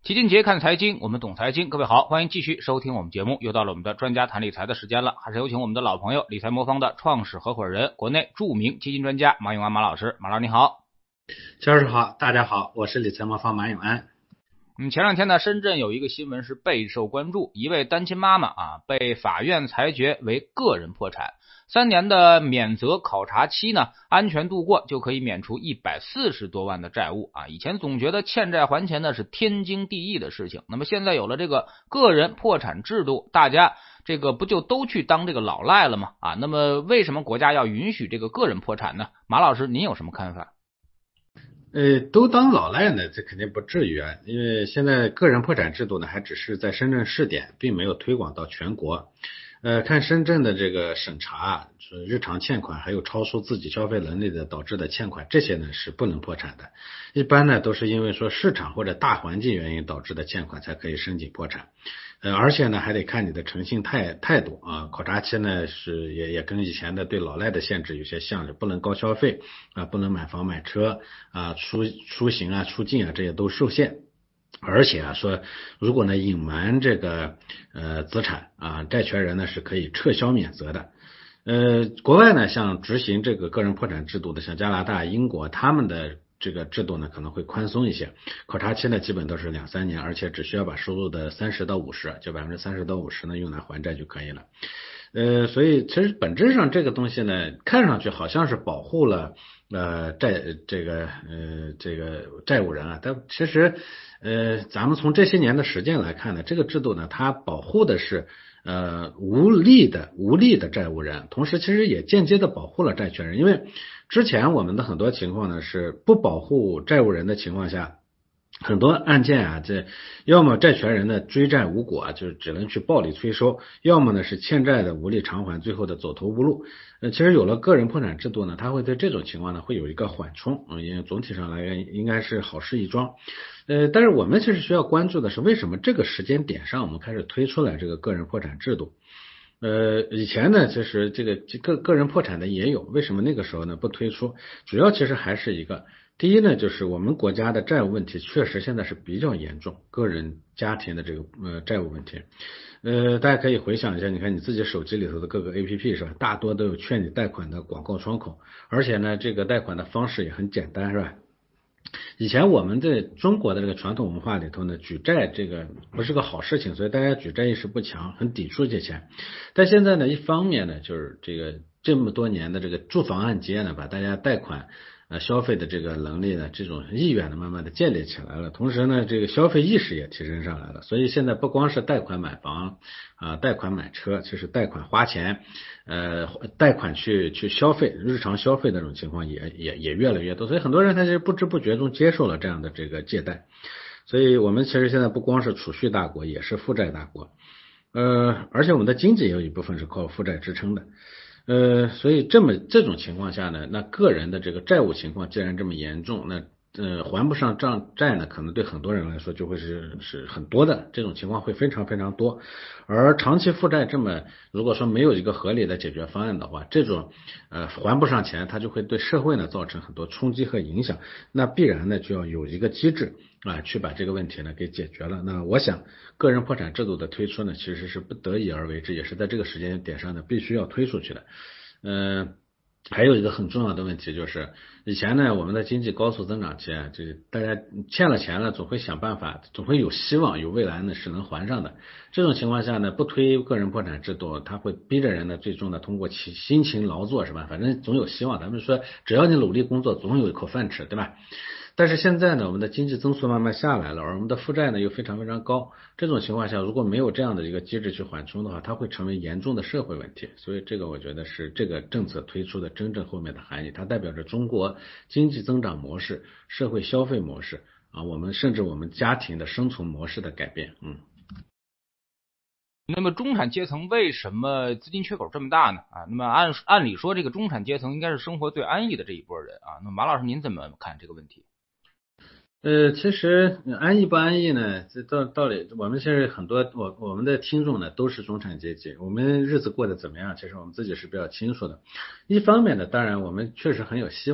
齐俊杰看财经，我们懂财经。各位好，欢迎继续收听我们节目。又到了我们的专家谈理财的时间了，还是有请我们的老朋友理财魔方的创始合伙人，国内著名基金专家马永安马老师。马老师你好。 教授好，大家好，我是理财魔方马永安。 前两天呢，深圳有一个新闻是备受关注，一位单亲妈妈被法院裁决为个人破产，3年的免责考察期呢，安全度过就可以免除140多万的债务以前总觉得欠债还钱呢是天经地义的事情，那么现在有了这个个人破产制度，大家这个不就都去当这个老赖了吗？那么为什么国家要允许这个个人破产呢？马老师您有什么看法？ 都当老赖呢，这肯定不至于因为现在个人破产制度呢，还只是在深圳试点，并没有推广到全国。看深圳的这个审查，日常欠款还有超出自己消费能力的导致的欠款，这些呢是不能破产的。一般呢都是因为说市场或者大环境原因导致的欠款才可以申请破产。而且呢还得看你的诚信态度考察期呢是也跟以前的对老赖的限制有些像，就不能高消费不能买房买车出行出境这些都受限。而且说如果呢隐瞒这个资产债权人呢是可以撤销免责的。国外呢像执行这个个人破产制度的，像加拿大、英国，他们的这个制度呢可能会宽松一些，考察期呢基本都是2-3年，而且只需要把收入的30%到50%，就30%到50%呢用来还债就可以了。所以其实本质上这个东西呢，看上去好像是保护了这个债务人但其实咱们从这些年的实践来看呢，这个制度呢，它保护的是无力的债务人，同时其实也间接的保护了债权人，因为之前我们的很多情况呢是不保护债务人的情况下，很多案件这要么债权人的追债无果就是只能去暴力催收，要么呢是欠债的无力偿还，最后的走投无路。其实有了个人破产制度呢，它会对这种情况呢会有一个缓冲因为总体上来看应该是好事一桩。但是我们其实需要关注的是，为什么这个时间点上我们开始推出来这个个人破产制度？以前呢其实这个个人破产的也有，为什么那个时候呢不推出？主要其实还是一个，第一呢就是我们国家的债务问题确实现在是比较严重，个人家庭的这个债务问题。大家可以回想一下，你看你自己手机里头的各个 APP 是吧，大多都有劝你贷款的广告窗口，而且呢这个贷款的方式也很简单是吧。以前我们在中国的这个传统文化里头呢，举债这个不是个好事情，所以大家举债意识不强，很抵触借钱。但现在呢，一方面呢，就是这么多年的这个住房按揭呢，把大家贷款消费的这个能力呢，这种意愿呢，慢慢的建立起来了。同时呢，这个消费意识也提升上来了。所以现在不光是贷款买房贷款买车，其实贷款花钱贷款去消费，日常消费的这种情况也越来越多。所以很多人他是不知不觉中接受了这样的这个借贷。所以我们其实现在不光是储蓄大国，也是负债大国。而且我们的经济也有一部分是靠负债支撑的。所以这种情况下呢，那个人的这个债务情况既然这么严重，那还不上债呢，可能对很多人来说就会是很多的，这种情况会非常非常多。而长期负债如果说没有一个合理的解决方案的话，这种还不上钱，它就会对社会呢造成很多冲击和影响，那必然呢就要有一个机制去把这个问题呢给解决了。那我想个人破产制度的推出呢，其实是不得已而为之，也是在这个时间点上呢必须要推出去的。还有一个很重要的问题就是，以前呢我们的经济高速增长期大家欠了钱了，总会想办法，总会有希望有未来呢是能还上的。这种情况下呢，不推个人破产制度，它会逼着人呢最终呢通过辛勤劳作是吧，反正总有希望，咱们说只要你努力工作总有一口饭吃对吧。但是现在呢，我们的经济增速慢慢下来了，而我们的负债呢又非常非常高，这种情况下如果没有这样的一个机制去缓冲的话，它会成为严重的社会问题。所以这个我觉得是这个政策推出的真正后面的含义，它代表着中国经济增长模式、社会消费模式甚至我们家庭的生存模式的改变。 那么中产阶层为什么资金缺口这么大呢？那么按理说这个中产阶层应该是生活最安逸的这一波人那马老师您怎么看这个问题？ 其实安逸不安逸呢，这道理我们现在很多我们的听众呢都是中产阶级，我们日子过得怎么样，其实我们自己是比较清楚的。一方面呢，当然我们确实很有希望，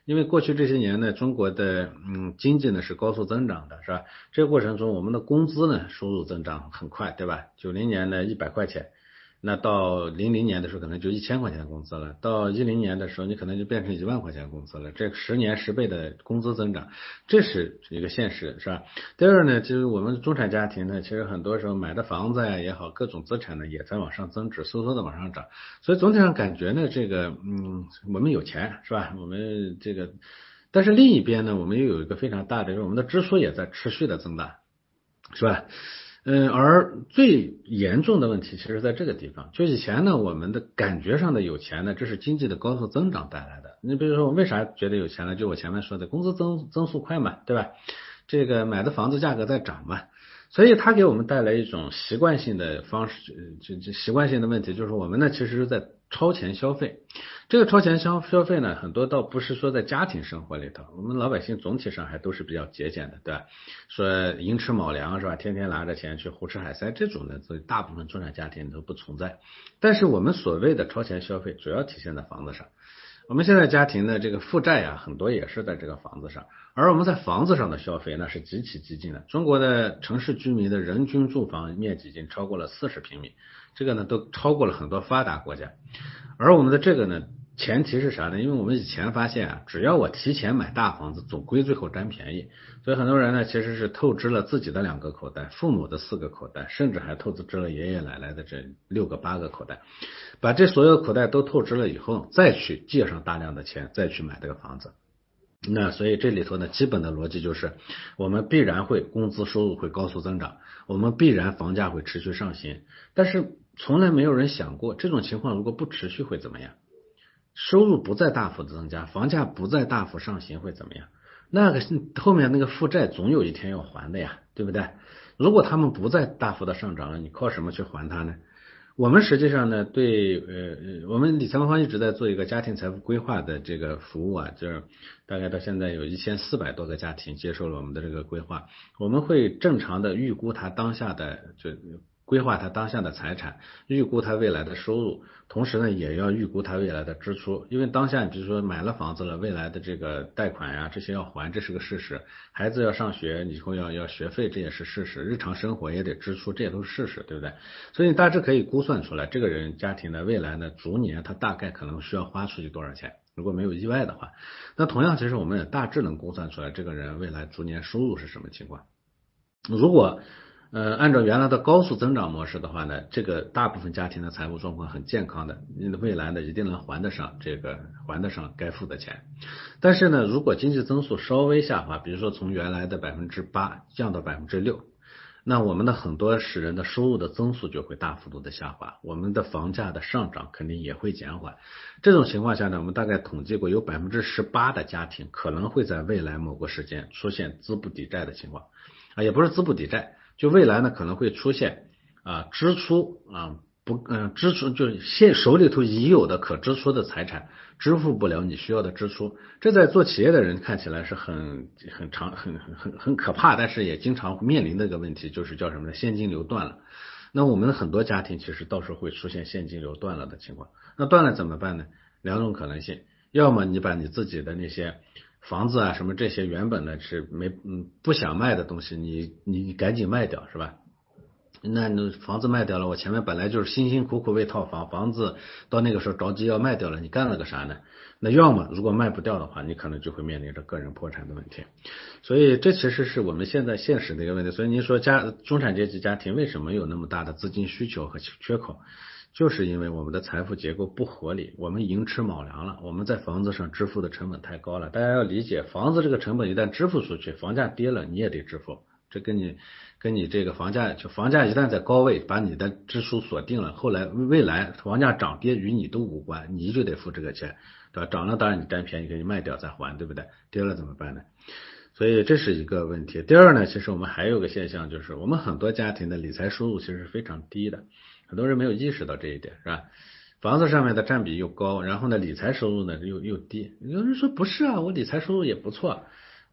因为过去这些年呢，中国的经济呢是高速增长的，是吧？这个过程中，我们的工资呢收入增长很快，对吧？90年呢100块钱，那到00年的时候可能就1000块钱工资了，到10年的时候你可能就变成1万块钱工资了，这10年10倍的工资增长，这是一个现实，是吧？第二呢，就是我们中产家庭呢，其实很多时候买的房子呀也好，各种资产呢也在往上增值，嗖嗖的往上涨，所以总体上感觉呢，这个我们有钱，是吧？我们这个，但是另一边呢，我们又有一个非常大的，就是我们的支出也在持续的增大，是吧？而最严重的问题其实在这个地方，就以前呢，我们的感觉上的有钱呢，这是经济的高速增长带来的。你比如说，我为啥觉得有钱呢？就我前面说的，工资增速快嘛，对吧？这个买的房子价格在涨嘛，所以它给我们带来一种习惯性的方式，就习惯性的问题，就是我们呢其实是在超前消费。这个超前消费呢，很多倒不是说在家庭生活里头，我们老百姓总体上还都是比较节俭的，对吧？说寅吃卯粮是吧？天天拿着钱去胡吃海塞，这种呢，所以大部分中产家庭都不存在。但是我们所谓的超前消费，主要体现在房子上。我们现在家庭的这个负债啊，很多也是在这个房子上，而我们在房子上的消费那是极其激进的。中国的城市居民的人均住房面积已经超过了40平米，这个呢都超过了很多发达国家。而我们的这个呢，前提是啥呢？因为我们以前发现啊，只要我提前买大房子，总归最后占便宜。所以很多人呢，其实是透支了自己的2个口袋，父母的4个口袋，甚至还透支了爷爷奶奶的这6个8个口袋。把这所有口袋都透支了以后，再去借上大量的钱，再去买这个房子。那所以这里头呢，基本的逻辑就是，我们必然会工资收入会高速增长，我们必然房价会持续上行。但是从来没有人想过，这种情况如果不持续会怎么样？收入不再大幅的增加，房价不再大幅上行会怎么样？那个后面那个负债总有一天要还的呀，对不对？如果他们不再大幅的上涨了，你靠什么去还它呢？我们实际上呢，我们理财魔方一直在做一个家庭财富规划的这个服务啊，就是大概到现在有1400多个家庭接受了我们的这个规划，我们会正常的预估他当下的规划他当下的财产，预估他未来的收入，同时呢也要预估他未来的支出，因为当下你比如说买了房子了，未来的这个贷款呀这些要还，这是个事实，孩子要上学，以后要学费，这也是事实，日常生活也得支出，这也都是事实，对不对？所以你大致可以估算出来，这个人家庭的未来呢，逐年他大概可能需要花出去多少钱，如果没有意外的话。那同样其实我们也大致能估算出来，这个人未来逐年收入是什么情况。如果按照原来的高速增长模式的话呢，这个大部分家庭的财务状况很健康的，你的未来呢一定能还得上该付的钱。但是呢，如果经济增速稍微下滑，比如说从原来的8%降到6%，那我们的很多使人的收入的增速就会大幅度的下滑，我们的房价的上涨肯定也会减缓。这种情况下呢，我们大概统计过有18%的家庭可能会在未来某个时间出现资不抵债的情况啊，也不是资不抵债，就未来呢可能会出现支出支出就是手里头已有的可支出的财产支付不了你需要的支出，这在做企业的人看起来是很可怕，但是也经常面临的一个问题，就是叫什么呢？现金流断了。那我们很多家庭其实到时候会出现现金流断了的情况，那断了怎么办呢？2种可能性，要么你把你自己的那些房子啊什么这些原本呢是不想卖的东西，你赶紧卖掉，是吧？那你房子卖掉了，我前面本来就是辛辛苦苦为套房，房子到那个时候着急要卖掉了，你干了个啥呢？那要么如果卖不掉的话，你可能就会面临着个人破产的问题。所以这其实是我们现在现实的一个问题。所以您说中产阶级家庭为什么有那么大的资金需求和缺口？就是因为我们的财富结构不合理，我们寅吃卯粮了，我们在房子上支付的成本太高了。大家要理解，房子这个成本一旦支付出去，房价跌了你也得支付。这跟你这个房价一旦在高位把你的支出锁定了，后来未来房价涨跌与你都无关，你就得付这个钱，对吧？涨了当然你占便宜可以卖掉再还，对不对？跌了怎么办呢？所以这是一个问题。第二呢，其实我们还有个现象，就是我们很多家庭的理财收入其实是非常低的，很多人没有意识到这一点，是吧？房子上面的占比又高，然后呢理财收入呢又低。有人说不是啊，我理财收入也不错。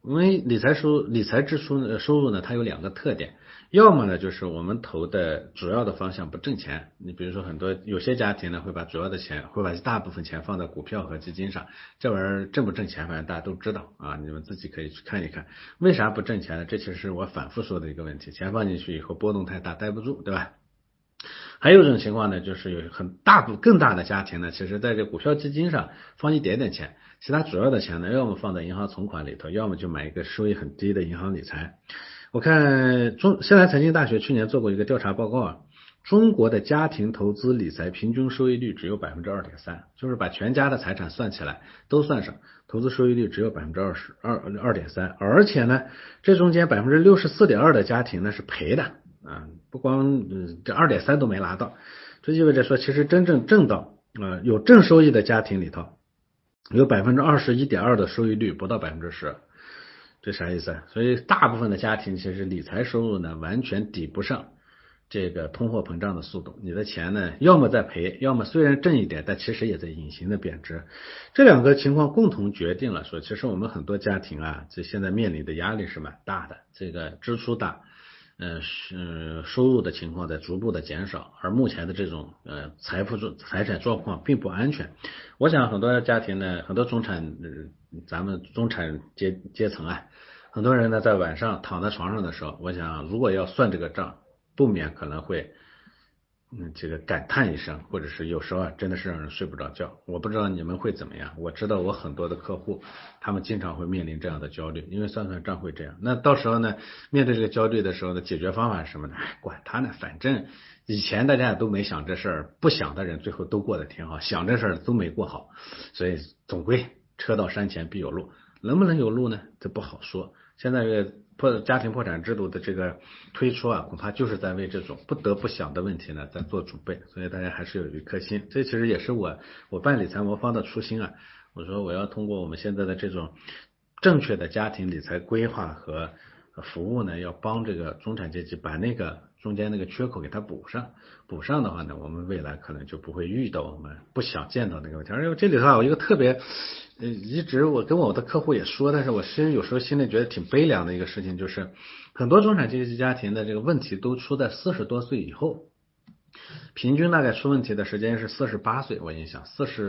因为理财支出收入呢，它有两个特点，要么呢就是我们投的主要的方向不挣钱，你比如说有些家庭呢会把大部分钱放在股票和基金上，这玩意儿挣不挣钱，反正大家都知道啊，你们自己可以去看一看，为啥不挣钱呢？这其实是我反复说的一个问题，钱放进去以后波动太大，待不住，对吧？还有一种情况呢，就是有更大的家庭呢，其实在这股票基金上放一点点钱，其他主要的钱呢，要么放在银行存款里头，要么就买一个收益很低的银行理财。我看西南财经大学去年做过一个调查报告啊，中国的家庭投资理财平均收益率只有2.3%，就是把全家的财产算起来都算上，投资收益率只有2.3%，而且呢，这中间64.2%的家庭呢是赔的。啊，不光这2.3都没拿到，这意味着说，其实真正挣到有正收益的家庭里头，有21.2%的收益率，不到10%，这啥意思啊？所以大部分的家庭其实理财收入呢，完全抵不上这个通货膨胀的速度，你的钱呢，要么在赔，要么虽然挣一点，但其实也在隐形的贬值。这两个情况共同决定了说，其实我们很多家庭啊，这现在面临的压力是蛮大的，这个支出大。收入的情况在逐步的减少，而目前的这种财产状况并不安全。我想很多家庭呢，很多咱们中产阶层啊，很多人呢在晚上躺在床上的时候，我想如果要算这个账，不免可能会这个感叹一声，或者是有时候啊，真的是让人睡不着觉。我不知道你们会怎么样，我知道我很多的客户，他们经常会面临这样的焦虑，因为算账会这样。那到时候呢，面对这个焦虑的时候呢，解决方法是什么呢？管他呢，反正以前大家都没想这事儿，不想的人最后都过得挺好，想这事儿都没过好，所以总归车到山前必有路，能不能有路呢？这不好说。现在家庭破产制度的这个推出啊，恐怕就是在为这种不得不想的问题呢在做准备，所以大家还是有一颗心。这其实也是我办理财魔方的初心啊。我说我要通过我们现在的这种正确的家庭理财规划和服务呢，要帮这个中产阶级把那个中间那个缺口给它补上。补上的话呢，我们未来可能就不会遇到我们不想见到那个问题。而且这里头有一个特别一直我跟我的客户也说，但是我其实有时候心里觉得挺悲凉的一个事情，就是很多中产阶级家庭的这个问题都出在40多岁以后，平均大概出问题的时间是48岁，我印象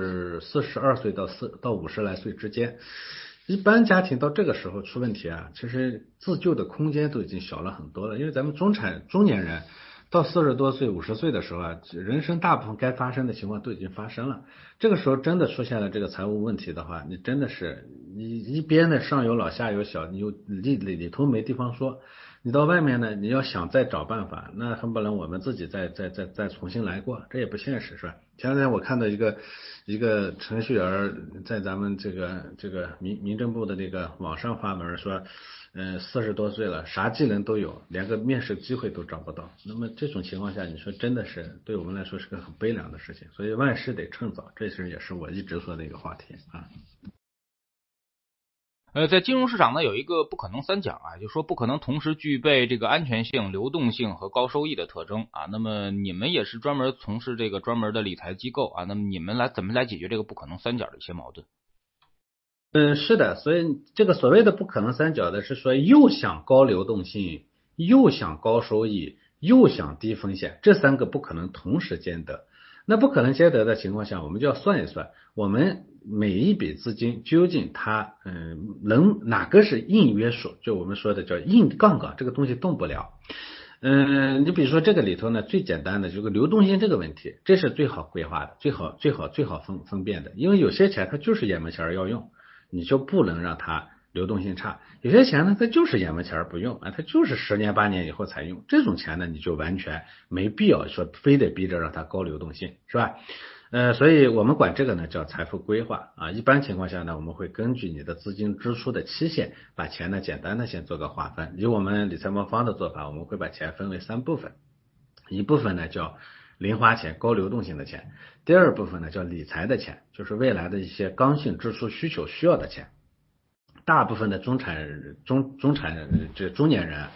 42岁到50来岁之间。一般家庭到这个时候出问题啊，其实自救的空间都已经小了很多了，因为咱们中年人到40多岁、50岁的时候啊，人生大部分该发生的情况都已经发生了。这个时候真的出现了这个财务问题的话，你真的是你一边呢上有老下有小，你又里头没地方说。你到外面呢，你要想再找办法，那恨不能我们自己再重新来过，这也不现实，是吧？前两天我看到一个程序员在咱们这个民政部的这个网上发文说，40多岁了，啥技能都有，连个面试机会都找不到。那么这种情况下，你说真的是对我们来说是个很悲凉的事情。所以万事得趁早，这也是我一直说的一个话题啊。 在金融市场呢，有一个不可能三角啊，就说不可能同时具备这个安全性、流动性和高收益的特征啊。那么你们也是专门从事这个专门的理财机构啊，那么你们怎么来解决这个不可能三角的一些矛盾？ 是的，所以这个所谓的不可能三角的是说，又想高流动性，又想高收益，又想低风险，这三个不可能同时兼得。那不可能兼得的情况下，我们就要算一算，我们每一笔资金究竟它哪个是硬约束，就我们说的叫硬杠杆，这个东西动不了。你比如说这个里头呢，最简单的这个流动性这个问题，这是最好规划的，最好分辨的，因为有些钱它就是眼门前要用。你就不能让它流动性差。有些钱呢，它就是眼门前不用啊，它就是10年8年以后才用。这种钱呢，你就完全没必要说非得逼着让它高流动性，是吧？所以我们管这个呢叫财富规划啊。一般情况下呢，我们会根据你的资金支出的期限，把钱呢简单的先做个划分。以我们理财魔方的做法，我们会把钱分为3部分，一部分呢叫零花钱、高流动性的钱，第二部分呢叫理财的钱，就是未来的一些刚性支出需求需要的钱。大部分的中年人，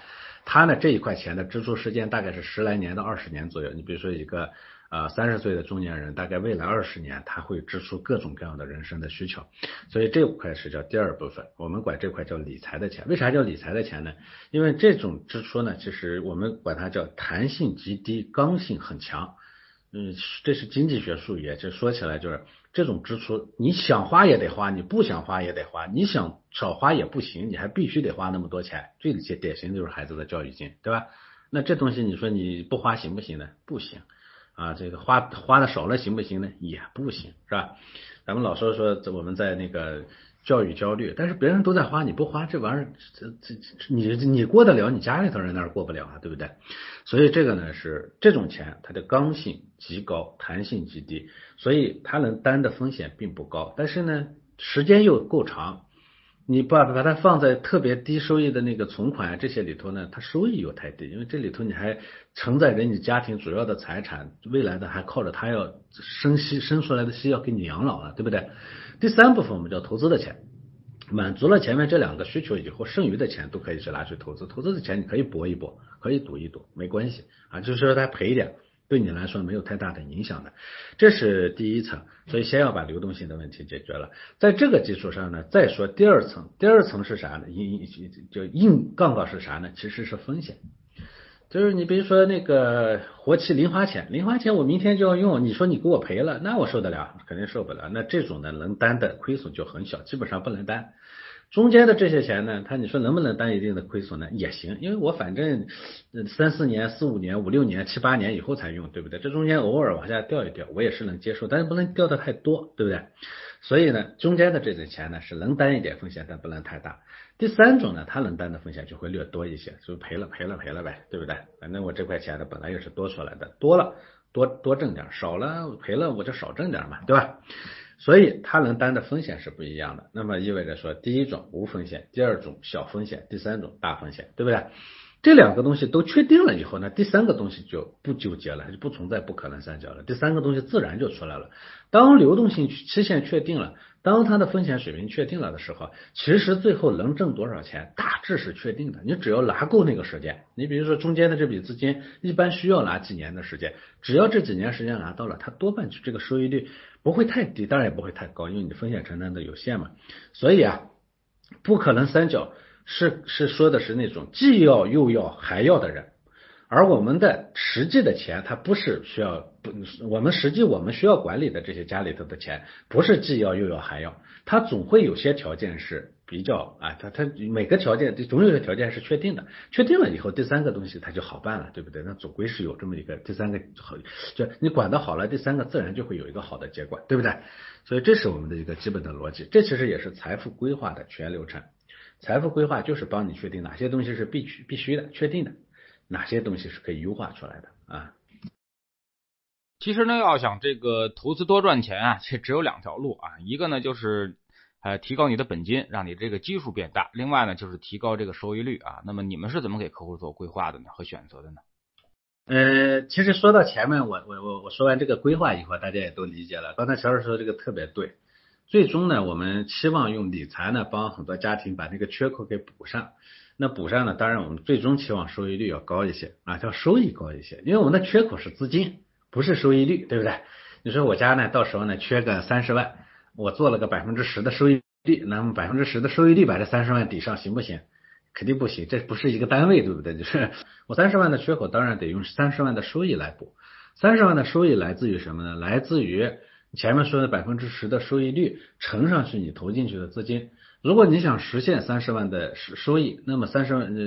他呢这一块钱的支出时间大概是10来年到20年左右。你比如说一个30岁的中年人，大概未来20年他会支出各种各样的人生的需求，所以这块是叫第二部分，我们管这块叫理财的钱。为啥叫理财的钱呢？因为这种支出呢，其实我们管它叫弹性极低，刚性很强。这是经济学术语，就说起来就是这种支出，你想花也得花，你不想花也得花，你想少花也不行，你还必须得花那么多钱。最典型就是孩子的教育金，对吧？那这东西你说你不花行不行呢？不行啊，这个花的少了行不行呢？也不行，是吧？咱们老说我们在那个教育焦虑，但是别人都在花，你不花，这玩意儿你过得了，你家里头人那儿过不了啊，对不对？所以这个呢是这种钱，它的刚性极高，弹性极低，所以它能担的风险并不高，但是呢时间又够长。你把它放在特别低收益的那个存款这些里头呢，它收益又太低，因为这里头你还承载着你家庭主要的财产，未来的还靠着它要生出来的息要给你养老了，对不对？第三部分我们叫投资的钱，满足了前面这两个需求以后，剩余的钱都可以去拿去投资，投资的钱你可以搏一搏，可以赌一赌，没关系啊，就是说它赔一点，对你来说没有太大的影响的，这是第一层。所以先要把流动性的问题解决了，在这个基础上呢，再说第二层。第二层是啥呢？硬杠杠是啥呢？其实是风险。就是你比如说那个活期零花钱我明天就要用，你说你给我赔了，那我受得了？肯定受不了。那这种呢能担的亏损就很小，基本上不能担。中间的这些钱呢，你说能不能担一定的亏损呢？也行，因为我反正3、4年、4、5年、5、6年、7、8年以后才用，对不对？这中间偶尔往下掉一掉，我也是能接受，但是不能掉的太多，对不对？所以呢，中间的这些钱呢是能担一点风险，但不能太大。第三种呢，它能担的风险就会略多一些，就赔了呗，对不对？反正我这块钱呢本来也是多出来的，多了多挣点，少了赔了我就少挣点嘛，对吧？所以它能担的风险是不一样的。那么意味着说，第一种无风险，第二种小风险，第三种大风险，对不对？这两个东西都确定了以后呢，第三个东西就不纠结了，就不存在不可能三角了。第三个东西自然就出来了。当流动性期限确定了，当它的风险水平确定了的时候，其实最后能挣多少钱大致是确定的。你只要拿够那个时间，你比如说中间的这笔资金一般需要拿几年的时间，只要这几年时间拿到了，它多半这个收益率不会太低，当然也不会太高，因为你风险承担的有限嘛。所以啊，不可能三角是说的是那种既要又要还要的人，而我们的实际的钱，它不是需要我们需要管理的这些家里头的钱，不是既要又要还要，它总会有些条件是比较它每个条件总有些条件是确定的，确定了以后第三个东西它就好办了，对不对？那总归是有这么一个第三个好，就你管得好了，第三个自然就会有一个好的结果，对不对？所以这是我们的一个基本的逻辑，这其实也是财富规划的全流程。财富规划就是帮你确定哪些东西是必须的、确定的，哪些东西是可以优化出来的啊。 其实呢，要想这个投资多赚钱啊，这只有两条路啊，一个呢就是提高你的本金，让你这个基数变大；另外呢就是提高这个收益率啊。那么你们是怎么给客户做规划的呢和选择的呢？ 其实说到前面，我说完这个规划以后，大家也都理解了。刚才乔老师说这个特别对。最终呢，我们期望用理财呢帮很多家庭把那个缺口给补上。那补上呢，当然我们最终期望收益率要高一些啊，叫收益高一些，因为我们的缺口是资金，不是收益率，对不对？你说我家呢到时候呢缺个30万，我做了个10%的收益率，那么10%的收益率把这30万抵上行不行？肯定不行，这不是一个单位，对不对？就是我30万的缺口，当然得用30万的收益来补。30万的收益来自于什么呢？来自于前面说的10%的收益率乘上去你投进去的资金。如果你想实现30万的收益，那么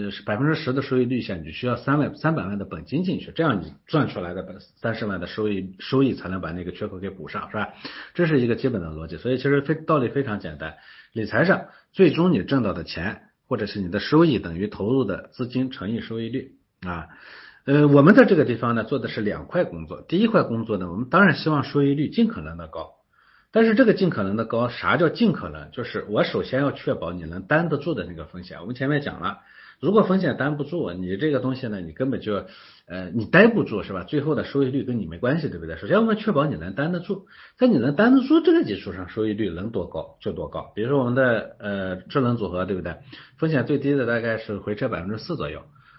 10%的收益率下，你就需要300万的本金进去，这样你赚出来的30万的收益才能把那个缺口给补上，是吧？这是一个基本的逻辑。所以其实道理非常简单，理财上最终你挣到的钱或者是你的收益等于投入的资金乘以收益率啊。我们在这个地方呢做的是2块工作。第一块工作呢，我们当然希望收益率尽可能的高，但是这个尽可能的高，啥叫尽可能？就是我首先要确保你能担得住的那个风险。我们前面讲了，如果风险担不住，你这个东西呢，你根本就你待不住，是吧？最后的收益率跟你没关系，对不对？首先我们确保你能担得住，在你能担得住这个基础上，收益率能多高就多高。比如说我们的智能组合，对不对？风险最低的大概是回撤4%左右。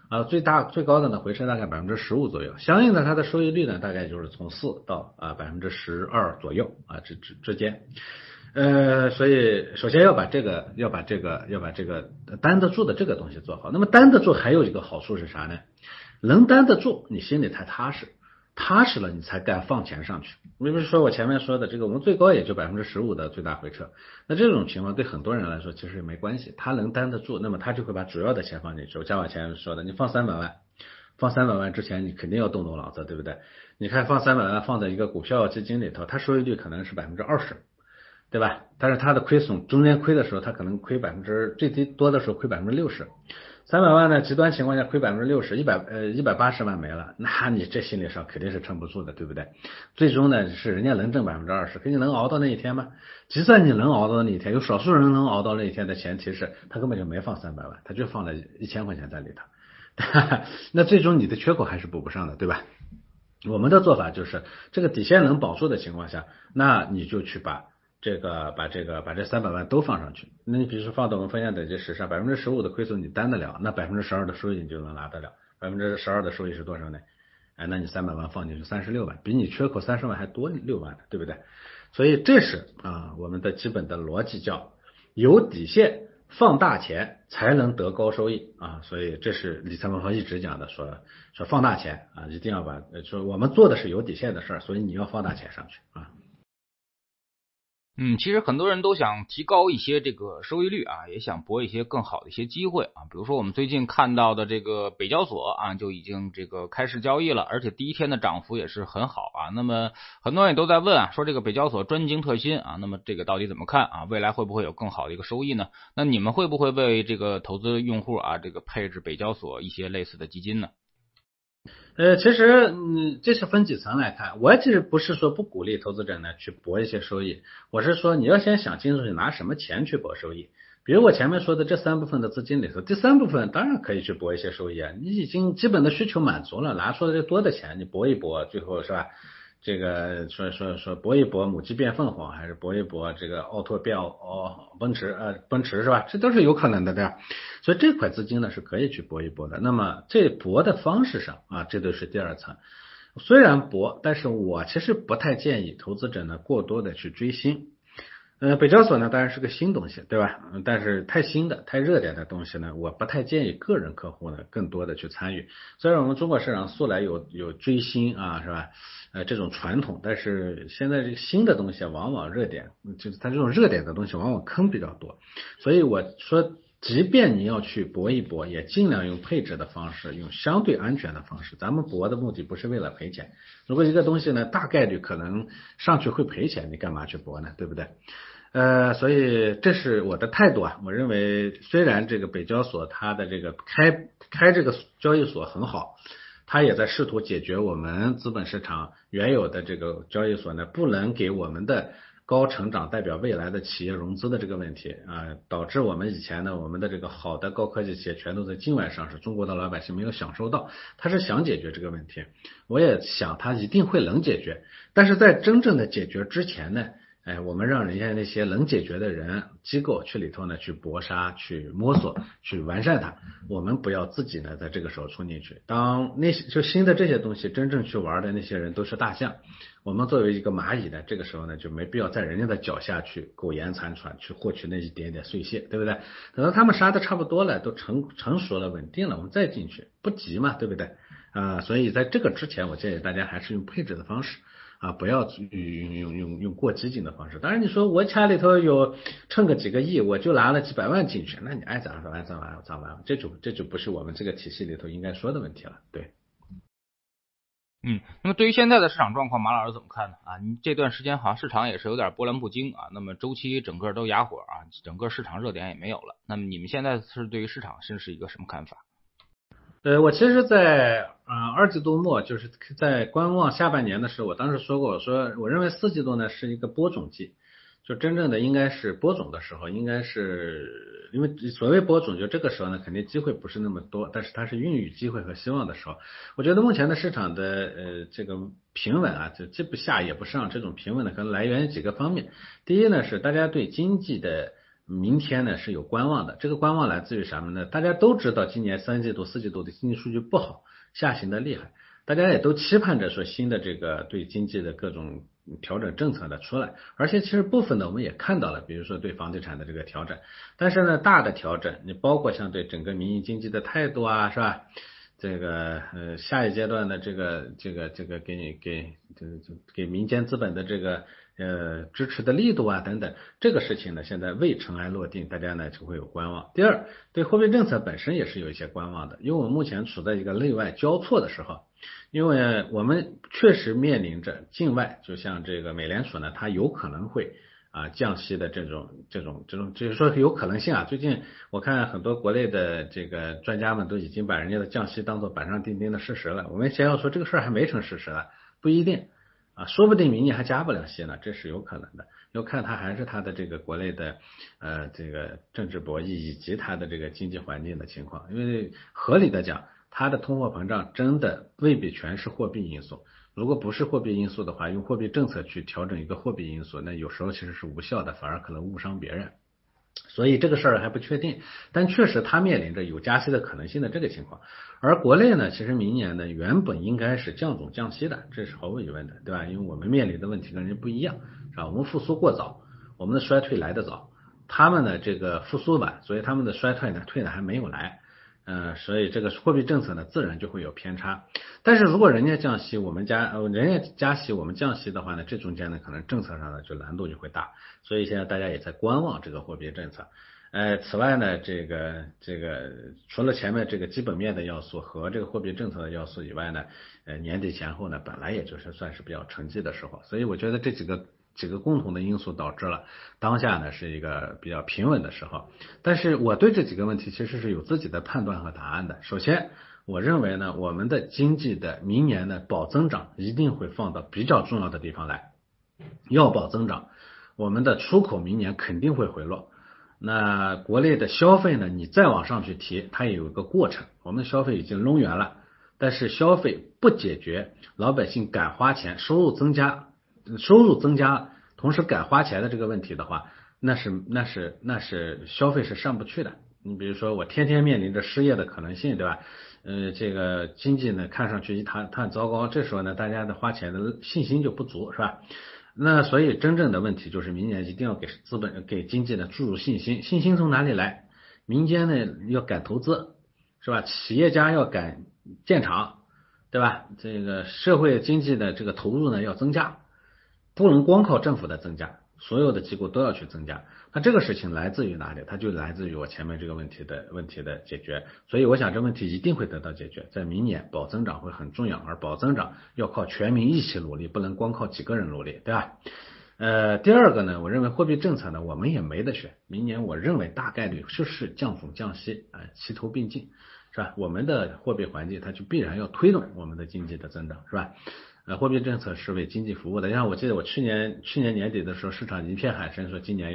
最高的呢回撤大概15%左右，相应的它的收益率呢大概就是从4%到12%左右之间。所以首先要把这个担得住的这个东西做好。那么担得住还有一个好处是啥呢？能担得住，你心里才踏实，踏实了你才敢放钱上去。比如说我前面说的这个，我们最高也就15%的最大回撤，那这种情况对很多人来说其实没关系，他能担得住，那么他就会把主要的钱放进去。像我前面说的，你放300万。放300万之前，你肯定要动脑子，对不对？你看放300万放在一个股票基金里头，它收益率可能是20%，对吧？但是它的亏损中间亏的时候，它可能亏最低多的时候亏60%。300万呢，极端情况下亏60%，180万没了，那你这心理上肯定是撑不住的，对不对？最终呢是人家能挣20%，可你能熬到那一天吗？就算你能熬到那一天，有少数人能熬到那一天的前提是他根本就没放300万，他就放了1000块钱在里头。那最终你的缺口还是补不上的，对吧？我们的做法就是这个底线能保住的情况下，那你就去把这300万都放上去。那你比如说放到我们风险等级10上，15%的亏损你担得了，那12%的收益你就能拿得了。12%的收益是多少呢？那你300万放进去36万，比你缺口30万还多6万呢，对不对？所以这是我们的基本的逻辑，叫有底线放大钱才能得高收益所以这是理财魔方一直讲的，说放大钱一定要说我们做的是有底线的事儿，所以你要放大钱上去其实很多人都想提高一些这个收益率也想博一些更好的一些机会比如说我们最近看到的这个北交所就已经这个开市交易了，而且第一天的涨幅也是很好那么很多人也都在问说这个北交所专精特新那么这个到底怎么看未来会不会有更好的一个收益呢？那你们会不会为这个投资用户这个配置北交所一些类似的基金呢？ 其实这是分几层来看，我其实不是说不鼓励投资者呢去博一些收益，我是说你要先想清楚你拿什么钱去博收益。比如我前面说的这3部分的资金里头，第3部分当然可以去博一些收益你已经基本的需求满足了，拿出了这多的钱你博一博，最后是吧？这个说搏一搏母鸡变凤凰，还是搏一搏这个奥拓变奔驰是吧？这都是有可能的，对吧？所以这块资金呢是可以去搏一搏的。那么这搏的方式上这都是第2层。虽然搏，但是我其实不太建议投资者呢过多的去追星。北交所呢当然是个新东西，对吧？但是太新的太热点的东西呢，我不太建议个人客户呢更多的去参与。虽然我们中国市场素来有追星是吧？这种传统，但是现在这个新的东西往往热点，就是它这种热点的东西往往坑比较多。所以我说即便你要去搏一搏，也尽量用配置的方式，用相对安全的方式。咱们搏的目的不是为了赔钱，如果一个东西呢大概率可能上去会赔钱，你干嘛去搏呢？对不对？所以这是我的态度我认为虽然这个北交所它的这个开这个交易所很好，它也在试图解决我们资本市场原有的这个交易所呢不能给我们的高成长代表未来的企业融资的这个问题导致我们以前呢我们的这个好的高科技企业全都在境外上市，中国的老百姓没有享受到。他是想解决这个问题，我也想他一定会能解决，但是在真正的解决之前呢我们让人家那些能解决的人机构去里头呢去搏杀，去摸索，去完善它。我们不要自己呢在这个时候冲进去。当那些就新的这些东西真正去玩的那些人都是大象，我们作为一个蚂蚁呢，这个时候呢就没必要在人家的脚下去苟延残喘，去获取那一点点碎屑，对不对？等到他们杀的差不多了，都成熟了，稳定了，我们再进去，不急嘛，对不对？所以在这个之前，我建议大家还是用配置的方式。不要用过激进的方式。当然你说我家里头有趁个几个亿，我就拿了几百万进去，那你爱咋玩咋玩，这就不是我们这个体系里头应该说的问题了。对。 那么对于现在的市场状况，马老师怎么看呢？你这段时间好像市场也是有点波澜不惊那么周期整个都哑火整个市场热点也没有了。那么你们现在是对于市场是一个什么看法？ 我其实在2季度末，就是在观望下半年的时候，我当时说过，我说我认为4季度呢是一个播种季，就真正的应该是播种的时候，应该是因为所谓播种，就这个时候呢肯定机会不是那么多，但是它是孕育机会和希望的时候。我觉得目前的市场的这个平稳就既不下也不上，这种平稳呢可能来源于几个方面。第一呢是大家对经济的明天呢是有观望的。这个观望来自于什么呢？大家都知道今年3季度、4季度的经济数据不好，下行的厉害，大家也都期盼着说新的这个对经济的各种调整政策的出来，而且其实部分呢我们也看到了，比如说对房地产的这个调整，但是呢大的调整，你包括像对整个民营经济的态度啊，是吧？这个下一阶段的这个给民间资本的这个支持的力度啊等等，这个事情呢现在未尘埃落定，大家呢就会有观望。第二，对货币政策本身也是有一些观望的，因为我们目前处在一个内外交错的时候，因为我们确实面临着境外，就像这个美联储呢，它有可能会降息的这种，就是说有可能性啊。最近我看很多国内的这个专家们都已经把人家的降息当做板上钉钉的事实了。我们先要说这个事儿还没成事实呢，不一定说不定明年还加不了息呢，这是有可能的。要看它还是它的这个国内的这个政治博弈以及它的这个经济环境的情况。因为合理的讲，它的通货膨胀真的未必全是货币因素。如果不是货币因素的话，用货币政策去调整一个货币因素，那有时候其实是无效的，反而可能误伤别人。所以这个事儿还不确定，但确实它面临着有加息的可能性的这个情况。而国内呢，其实明年呢原本应该是降准降息的，这是毫无疑问的，对吧？因为我们面临的问题跟人家不一样，是吧？我们复苏过早，我们的衰退来得早，他们呢这个复苏晚，所以他们的衰退呢退的还没有来。所以这个货币政策呢，自然就会有偏差。但是如果人家降息，人家加息，我们降息的话呢，这中间呢，可能政策上呢就难度就会大。所以现在大家也在观望这个货币政策。此外呢，这个除了前面这个基本面的要素和这个货币政策的要素以外呢，年底前后呢，本来也就是算是比较沉寂的时候，所以我觉得这几个共同的因素导致了当下呢是一个比较平稳的时候。但是我对这几个问题其实是有自己的判断和答案的。首先，我认为呢，我们的经济的明年呢保增长一定会放到比较重要的地方来。要保增长，我们的出口明年肯定会回落。那国内的消费呢，你再往上去提，它也有一个过程。我们的消费已经弄圆了，但是消费不解决老百姓敢花钱，收入增加，同时敢花钱的这个问题的话，那是消费是上不去的。你比如说我天天面临着失业的可能性，对吧？这个经济呢看上去一塌糟糕，这时候呢大家的花钱的信心就不足，是吧？那所以真正的问题就是明年一定要给经济呢注入信心。信心从哪里来？民间呢要敢投资，是吧？企业家要敢建厂，对吧？这个社会经济的这个投入呢要增加，不能光靠政府的增加，所有的机构都要去增加。那这个事情来自于哪里？它就来自于我前面这个问题的解决。所以我想这问题一定会得到解决，在明年保增长会很重要，而保增长要靠全民一起努力，不能光靠几个人努力，对吧？第二个呢，我认为货币政策呢，我们也没得选。明年我认为大概率就是降准降息齐头并进，是吧？我们的货币环境它就必然要推动我们的经济的增长，是吧？货币政策是为经济服务的。像我记得我去年年底的时候，市场一片喊声说今年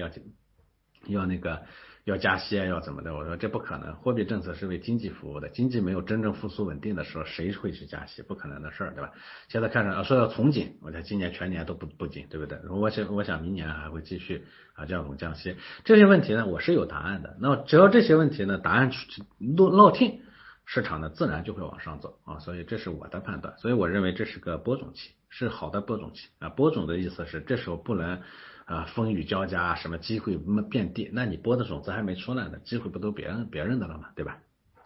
要加息要怎么的，我说这不可能，货币政策是为经济服务的，经济没有真正复苏稳定的时候，谁会去加息？不可能的事儿，对吧？现在看着说要从紧，我猜今年全年都不紧，对不对？我想明年还会继续降准降息，这些问题呢我是有答案的。那只要这些问题呢答案落定，市场呢自然就会往上走所以这是我的判断。所以我认为这是个播种期，是好的播种期播种的意思是这时候不能风雨交加，什么机会遍地，那你播的种子还没出来呢，机会不都别人的了吗？对吧？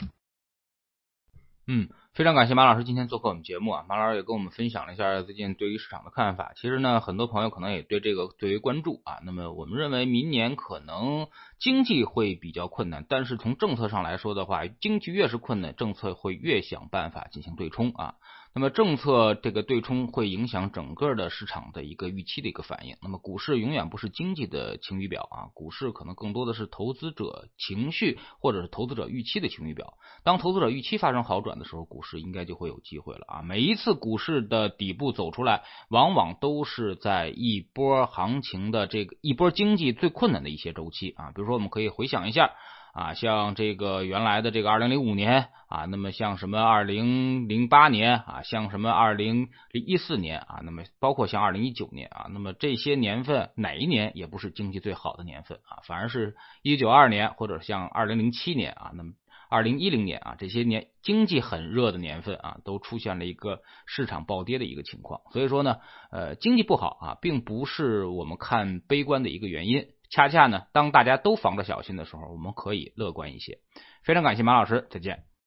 非常感谢马老师今天做客我们节目马老师也跟我们分享了一下最近对于市场的看法。其实呢，很多朋友可能也对这个对于关注那么我们认为明年可能经济会比较困难，但是从政策上来说的话，经济越是困难，政策会越想办法进行对冲那么政策这个对冲会影响整个的市场的一个预期的一个反应。那么股市永远不是经济的晴雨表股市可能更多的是投资者情绪或者是投资者预期的晴雨表。当投资者预期发生好转的时候，股市应该就会有机会了每一次股市的底部走出来，往往都是在一波行情的这个一波经济最困难的一些周期比如说我们可以回想一下啊，像这个原来的这个2005年啊，那么像什么2008年啊，像什么2014年啊，那么包括像2019年啊，那么这些年份哪一年也不是经济最好的年份啊，反而是1992年或者像2007年啊，那么2010年啊，这些年经济很热的年份啊，都出现了一个市场暴跌的一个情况。所以说呢，经济不好啊，并不是我们看悲观的一个原因。恰恰呢，当大家都防着小心的时候，我们可以乐观一些。非常感谢马老师，再见。